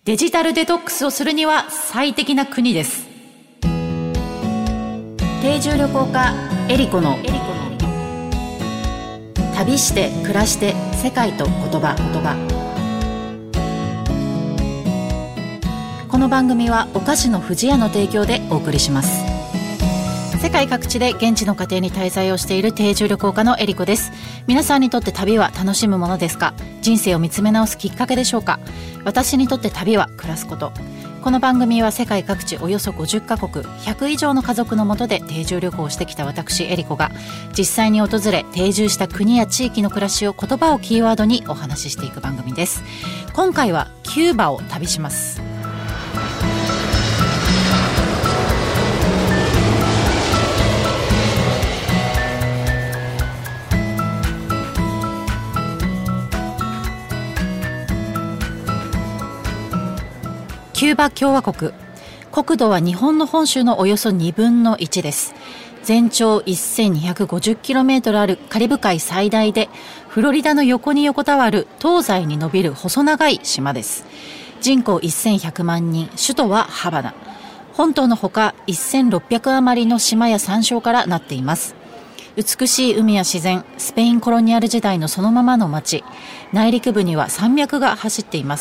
デジタルデトックスをするには最適な国です。定住旅行家エリコの旅して暮らして世界と言葉。この番組はお菓子の不二家の提供でお送りします。世界各地で現地の家庭に滞在をしている定住旅行家のエリコです。皆さんにとって旅は楽しむものですか？人生を見つめ直すきっかけでしょうか？私にとって旅は暮らすこと。この番組は世界各地およそ50カ国100以上の家族の下で定住旅行をしてきた私エリコが実際に訪れ定住した国や地域の暮らしを言葉をキーワードにお話ししていく番組です。今回はキューバを旅します。キューバ共和国、国土は日本の本州のおよそ2分の1です。全長 1250km あるカリブ海最大で、フロリダの横に横たわる東西に伸びる細長い島です。人口1100万人、首都はハバナ。本島のほか1600余りの島や山礁からなっています。美しい海や自然、スペインコロニアル時代のそのままの町、内陸部には山脈が走っています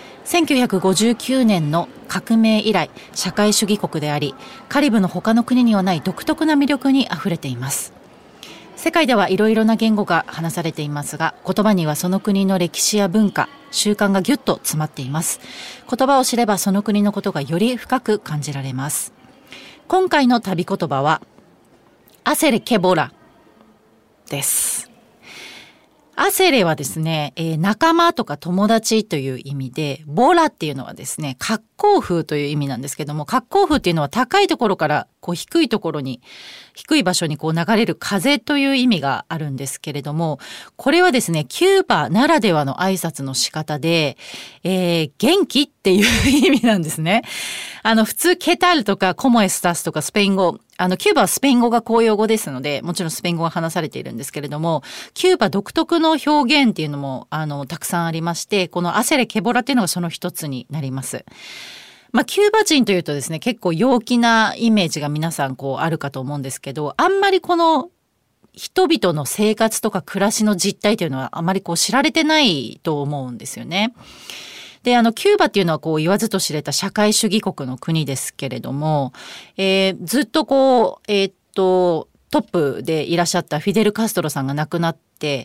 。1959年の革命以来社会主義国であり、カリブの他の国にはない独特な魅力にあふれています。世界ではいろいろな言語が話されていますが、言葉にはその国の歴史や文化、習慣がぎゅっと詰まっています。言葉を知ればその国のことがより深く感じられます。今回の旅言葉はアセレケボラです。アセレはですね、仲間とか友達という意味で、ボラっていうのはですね、滑降風という意味なんですけども、滑降風っていうのは高いところから低い場所に流れる風という意味があるんですけれども、これはですね、キューバならではの挨拶の仕方で、元気っていう意味なんですね。普通ケタルとかコモエスタスとかスペイン語、キューバはスペイン語が公用語ですので、もちろんスペイン語が話されているんですけれども、キューバ独特の表現っていうのも、たくさんありまして、このアセレケボラっていうのがその一つになります。キューバ人というとですね、結構陽気なイメージが皆さんあるかと思うんですけど、あんまりこの人々の生活とか暮らしの実態というのはあまり知られてないと思うんですよね。で、キューバっていうのは言わずと知れた社会主義国の国ですけれども、ずっとトップでいらっしゃったフィデル・カストロさんが亡くなって、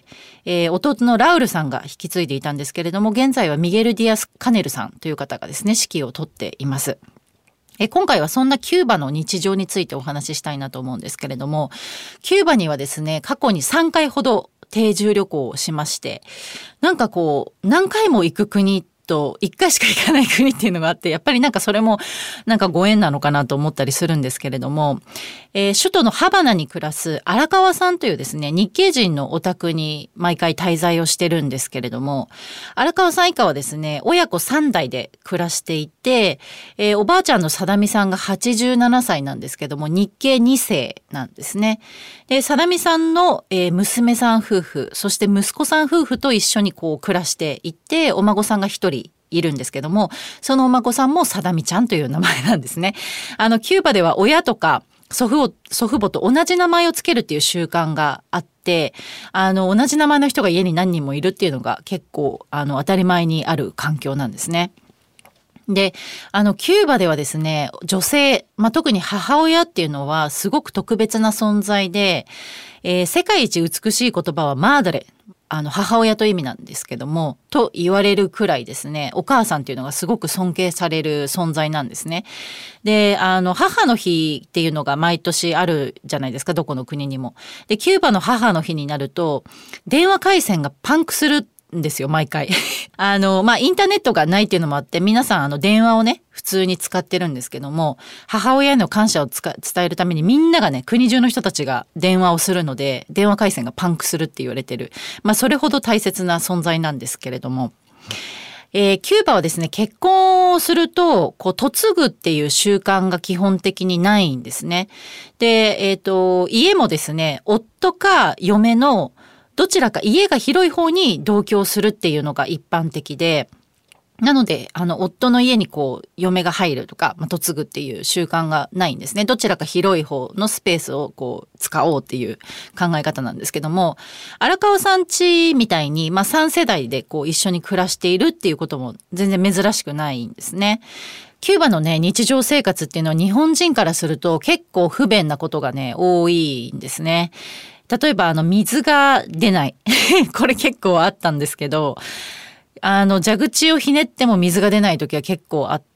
弟のラウルさんが引き継いでいたんですけれども、現在はミゲル・ディアス・カネルさんという方がですね、指揮を執っています。今回はそんなキューバの日常についてお話ししたいなと思うんですけれども、キューバにはですね、過去に3回ほど定住旅行をしまして、何回も行く国と1回しか行かない国っていうのがあって、やっぱりそれもご縁なのかなと思ったりするんですけれども、首都のハバナに暮らす荒川さんというですね、日系人のお宅に毎回滞在をしてるんですけれども、荒川さん一家はですね、親子3代で暮らしていて、おばあちゃんの貞美さんが87歳なんですけども、日系2世なんですね。で、貞美さんの、娘さん夫婦、そして息子さん夫婦と一緒に暮らしていて、お孫さんが一人いるんですけども、そのお孫さんも貞美ちゃんという名前なんですね。キューバでは親とか祖父母と同じ名前をつけるっていう習慣があって、同じ名前の人が家に何人もいるっていうのが結構当たり前にある環境なんですね。で、キューバではですね、女性、特に母親っていうのはすごく特別な存在で、世界一美しい言葉はマーダレ、母親という意味なんですけども、と言われるくらいですね、お母さんっていうのがすごく尊敬される存在なんですね。で、母の日っていうのが毎年あるじゃないですか、どこの国にも。で、キューバの母の日になると、電話回線がパンクするんですよ、毎回。インターネットがないっていうのもあって、皆さん電話をね、普通に使ってるんですけども、母親への感謝を伝えるためにみんながね、国中の人たちが電話をするので、電話回線がパンクするって言われてる。それほど大切な存在なんですけれども、キューバはですね、結婚をすると、嫁ぐっていう習慣が基本的にないんですね。で、家もですね、夫か嫁のどちらか家が広い方に同居するっていうのが一般的で、 なので、夫の家に嫁が入るとか、嫁ぐっていう習慣がないんですね。どちらか広い方のスペースを使おうっていう考え方なんですけども、荒川さん家みたいに、3世代で一緒に暮らしているっていうことも全然珍しくないんですね。キューバのね、日常生活っていうのは日本人からすると結構不便なことがね、多いんですね。例えば水が出ない。これ結構あったんですけど、蛇口をひねっても水が出ない時は結構あって、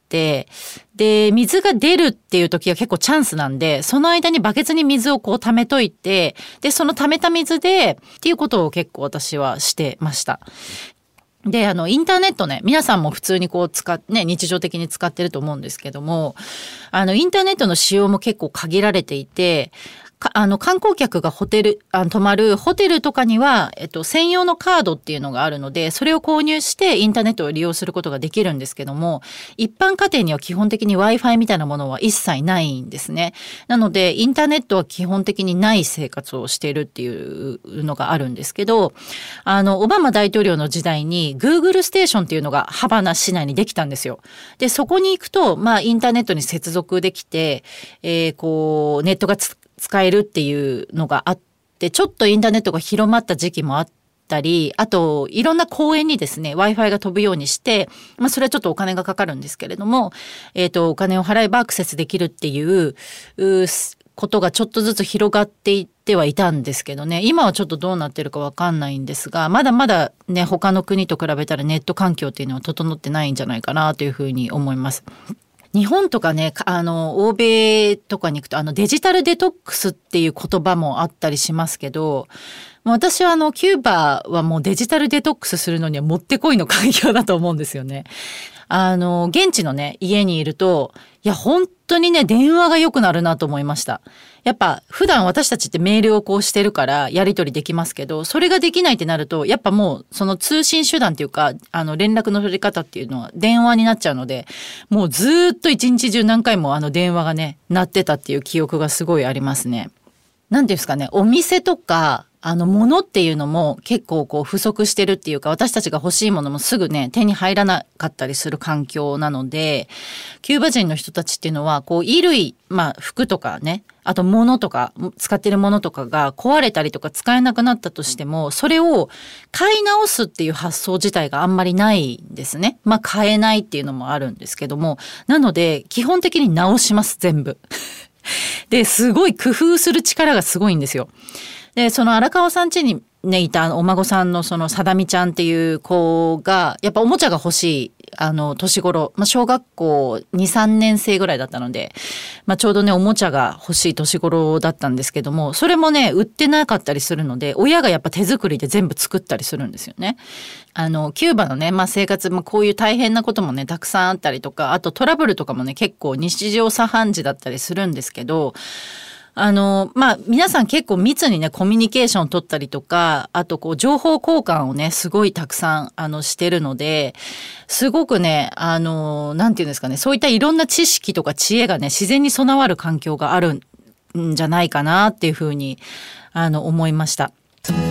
で、水が出るっていう時は結構チャンスなんで、その間にバケツに水を溜めといて、で、その溜めた水でっていうことを結構私はしてました。で、インターネットね、皆さんも普通に日常的に使ってると思うんですけども、インターネットの使用も結構限られていて、観光客が泊まるホテルとかには、専用のカードっていうのがあるので、それを購入してインターネットを利用することができるんですけども、一般家庭には基本的に Wi-Fi みたいなものは一切ないんですね。なので、インターネットは基本的にない生活をしているっていうのがあるんですけど、オバマ大統領の時代に Google ステーションっていうのがハバナ市内にできたんですよ。で、そこに行くと、インターネットに接続できて、ネットが使えるっていうのがあって、ちょっとインターネットが広まった時期もあったり、あといろんな公園にですね Wi-Fi が飛ぶようにして、それはちょっとお金がかかるんですけれども、お金を払えばアクセスできるっていうことがちょっとずつ広がっていってはいたんですけどね、今はちょっとどうなってるかわかんないんですが、まだまだね他の国と比べたらネット環境っていうのは整ってないんじゃないかなというふうに思います。日本とかね、欧米とかに行くと、デジタルデトックスっていう言葉もあったりしますけど、私はキューバはもうデジタルデトックスするのにはもってこいの環境だと思うんですよね。現地のね、家にいると、いや、本当にね、電話が良くなるなと思いました。やっぱ、普段私たちってメールをしてるから、やり取りできますけど、それができないってなると、やっぱもう、その通信手段っていうか、連絡の取り方っていうのは電話になっちゃうので、もうずーっと一日中何回も電話がね、鳴ってたっていう記憶がすごいありますね。なんていうんですかね、お店とか、物っていうのも結構不足してるっていうか、私たちが欲しいものもすぐね、手に入らなかったりする環境なので、キューバ人の人たちっていうのは、衣類、服とかね、あと物とか、使ってるものとかが壊れたりとか使えなくなったとしても、それを買い直すっていう発想自体があんまりないんですね。買えないっていうのもあるんですけども、なので、基本的に直します、全部。で、すごい工夫する力がすごいんですよ。で、その荒川さん家にね、いたお孫さんのそのさだみちゃんっていう子が、やっぱおもちゃが欲しい、年頃、小学校2、3年生ぐらいだったので、ちょうどね、おもちゃが欲しい年頃だったんですけども、それもね、売ってなかったりするので、親がやっぱ手作りで全部作ったりするんですよね。キューバのね、生活、こういう大変なこともね、たくさんあったりとか、あとトラブルとかもね、結構日常茶飯事だったりするんですけど、皆さん結構密にね、コミュニケーションを取ったりとか、あと情報交換をね、すごいたくさん、してるので、すごくね、なんていうんですかね、そういったいろんな知識とか知恵がね、自然に備わる環境があるんじゃないかなっていうふうに、思いました。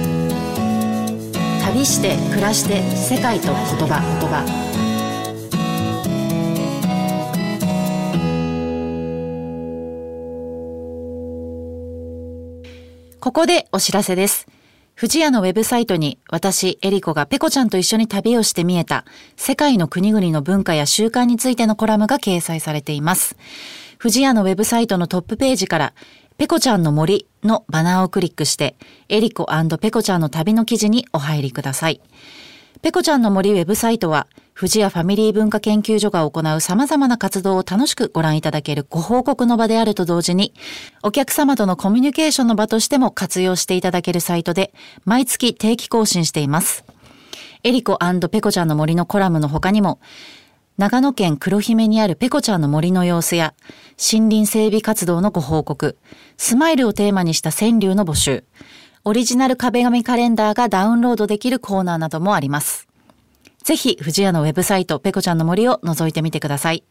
旅して暮らして世界と言葉。ここでお知らせです。藤屋のウェブサイトに私、エリコがペコちゃんと一緒に旅をして見えた世界の国々の文化や習慣についてのコラムが掲載されています。藤屋のウェブサイトのトップページからペコちゃんの森のバナーをクリックしてエリコ&ペコちゃんの旅の記事にお入りください。ペコちゃんの森ウェブサイトは藤屋ファミリー文化研究所が行う様々な活動を楽しくご覧いただけるご報告の場であると同時に、お客様とのコミュニケーションの場としても活用していただけるサイトで、毎月定期更新しています。エリコ&ペコちゃんの森のコラムの他にも、長野県黒姫にあるペコちゃんの森の様子や、森林整備活動のご報告、スマイルをテーマにした川柳の募集、オリジナル壁紙カレンダーがダウンロードできるコーナーなどもあります。ぜひ、藤屋のウェブサイト、ペコちゃんの森を覗いてみてください。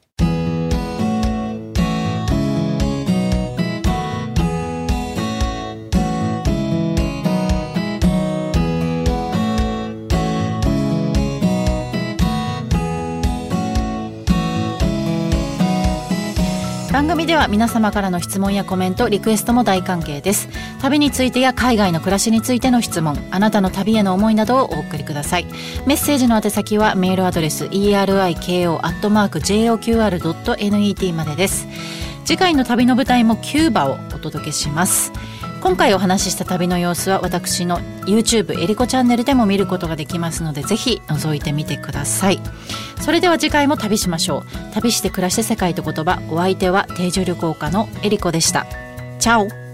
番組では皆様からの質問やコメント、リクエストも大歓迎です。旅についてや海外の暮らしについての質問、あなたの旅への思いなどをお送りください。メッセージの宛先はメールアドレス eriko@joqr.net までです。次回の旅の舞台もキューバをお届けします。今回お話しした旅の様子は私の YouTube エリコチャンネルでも見ることができますので、ぜひ覗いてみてください。それでは次回も旅しましょう。旅して暮らして世界と言葉、お相手は定住旅行家のエリコでした。チャオ。